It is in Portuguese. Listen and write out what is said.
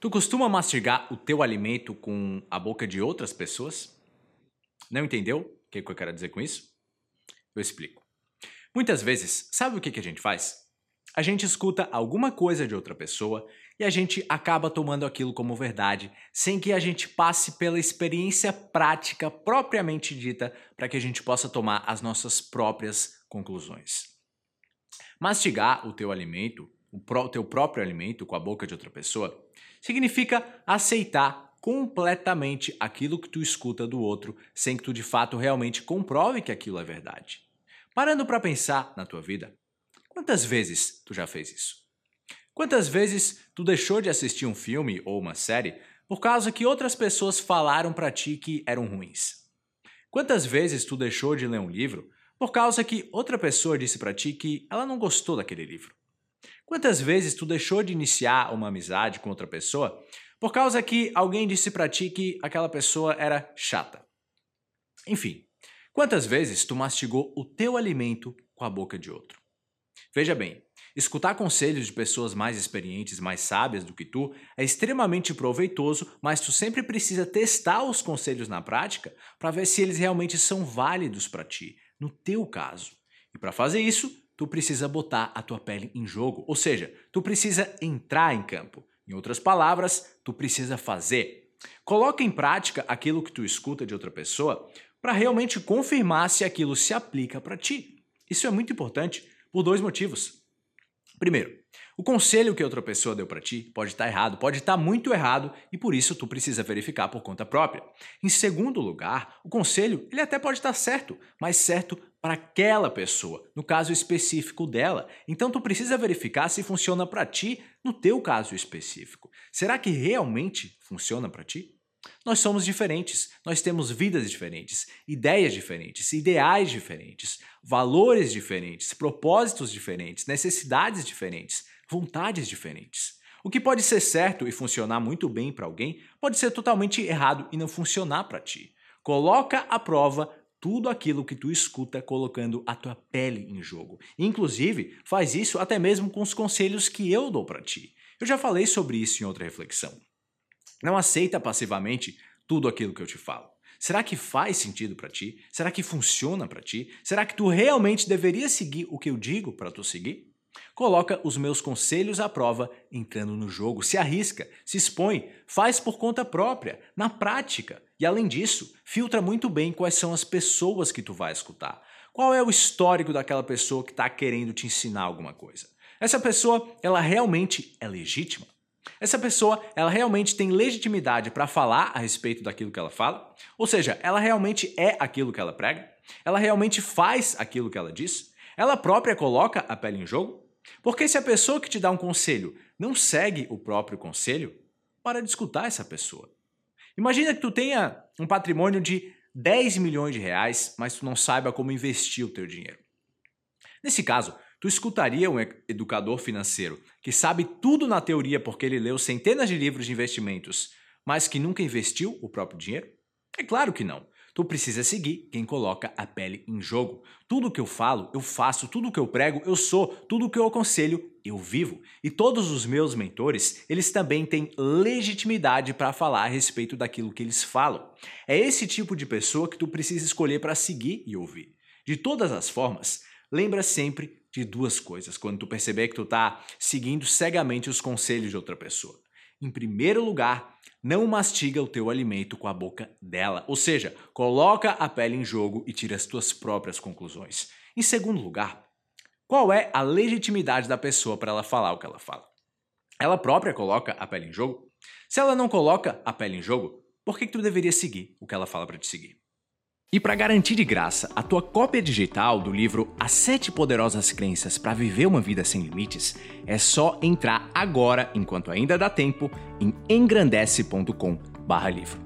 Tu costuma mastigar o teu alimento com a boca de outras pessoas? Não entendeu o que eu quero dizer com isso? Eu explico. Muitas vezes, sabe o que a gente faz? A gente escuta alguma coisa de outra pessoa e a gente acaba tomando aquilo como verdade, sem que a gente passe pela experiência prática propriamente dita para que a gente possa tomar as nossas próprias conclusões. Mastigar o teu alimento, o teu próprio alimento com a boca de outra pessoa, significa aceitar completamente aquilo que tu escuta do outro, sem que tu de fato realmente comprove que aquilo é verdade. Parando para pensar na tua vida, quantas vezes tu já fez isso? Quantas vezes tu deixou de assistir um filme ou uma série por causa que outras pessoas falaram para ti que eram ruins? Quantas vezes tu deixou de ler um livro por causa que outra pessoa disse para ti que ela não gostou daquele livro? Quantas vezes tu deixou de iniciar uma amizade com outra pessoa por causa que alguém disse para ti que aquela pessoa era chata? Enfim, quantas vezes tu mastigou o teu alimento com a boca de outro? Veja bem, escutar conselhos de pessoas mais experientes, mais sábias do que tu é extremamente proveitoso, mas tu sempre precisa testar os conselhos na prática para ver se eles realmente são válidos para ti, no teu caso. E para fazer isso, tu precisa botar a tua pele em jogo, ou seja, tu precisa entrar em campo. Em outras palavras, tu precisa fazer. Coloca em prática aquilo que tu escuta de outra pessoa para realmente confirmar se aquilo se aplica para ti. Isso é muito importante por dois motivos. Primeiro, o conselho que outra pessoa deu para ti pode estar errado, pode estar muito errado e por isso tu precisa verificar por conta própria. Em segundo lugar, o conselho ele até pode estar certo, mas certo para aquela pessoa, no caso específico dela. Então tu precisa verificar se funciona para ti no teu caso específico. Será que realmente funciona para ti? Nós somos diferentes, nós temos vidas diferentes, ideias diferentes, ideais diferentes, valores diferentes, propósitos diferentes, necessidades diferentes, vontades diferentes. O que pode ser certo e funcionar muito bem para alguém pode ser totalmente errado e não funcionar para ti. Coloca à prova tudo aquilo que tu escuta colocando a tua pele em jogo. Inclusive, faz isso até mesmo com os conselhos que eu dou para ti. Eu já falei sobre isso em outra reflexão. Não aceita passivamente tudo aquilo que eu te falo. Será que faz sentido para ti? Será que funciona para ti? Será que tu realmente deveria seguir o que eu digo para tu seguir? Coloca os meus conselhos à prova entrando no jogo, se arrisca, se expõe, faz por conta própria, na prática. E além disso, filtra muito bem quais são as pessoas que tu vai escutar. Qual é o histórico daquela pessoa que está querendo te ensinar alguma coisa? Essa pessoa, ela realmente é legítima? Essa pessoa, ela realmente tem legitimidade para falar a respeito daquilo que ela fala? Ou seja, ela realmente é aquilo que ela prega? Ela realmente faz aquilo que ela diz? Ela própria coloca a pele em jogo? Porque se a pessoa que te dá um conselho não segue o próprio conselho, para de escutar essa pessoa. Imagina que tu tenha um patrimônio de 10 milhões de reais, mas tu não saiba como investir o teu dinheiro. Nesse caso, tu escutaria um educador financeiro que sabe tudo na teoria porque ele leu centenas de livros de investimentos, mas que nunca investiu o próprio dinheiro? É claro que não. Tu precisa seguir quem coloca a pele em jogo. Tudo que eu falo, eu faço. Tudo que eu prego, eu sou. Tudo que eu aconselho, eu vivo. E todos os meus mentores, eles também têm legitimidade para falar a respeito daquilo que eles falam. É esse tipo de pessoa que tu precisa escolher para seguir e ouvir. De todas as formas, lembra sempre de duas coisas quando tu perceber que tu tá seguindo cegamente os conselhos de outra pessoa. Em primeiro lugar, não mastiga o teu alimento com a boca dela, ou seja, coloca a pele em jogo e tira as tuas próprias conclusões. Em segundo lugar, qual é a legitimidade da pessoa para ela falar o que ela fala? Ela própria coloca a pele em jogo? Se ela não coloca a pele em jogo, por que tu deveria seguir o que ela fala para te seguir? E para garantir de graça a tua cópia digital do livro As 7 Poderosas Crenças para Viver uma Vida Sem Limites, é só entrar agora, enquanto ainda dá tempo, em engrandece.com/livro.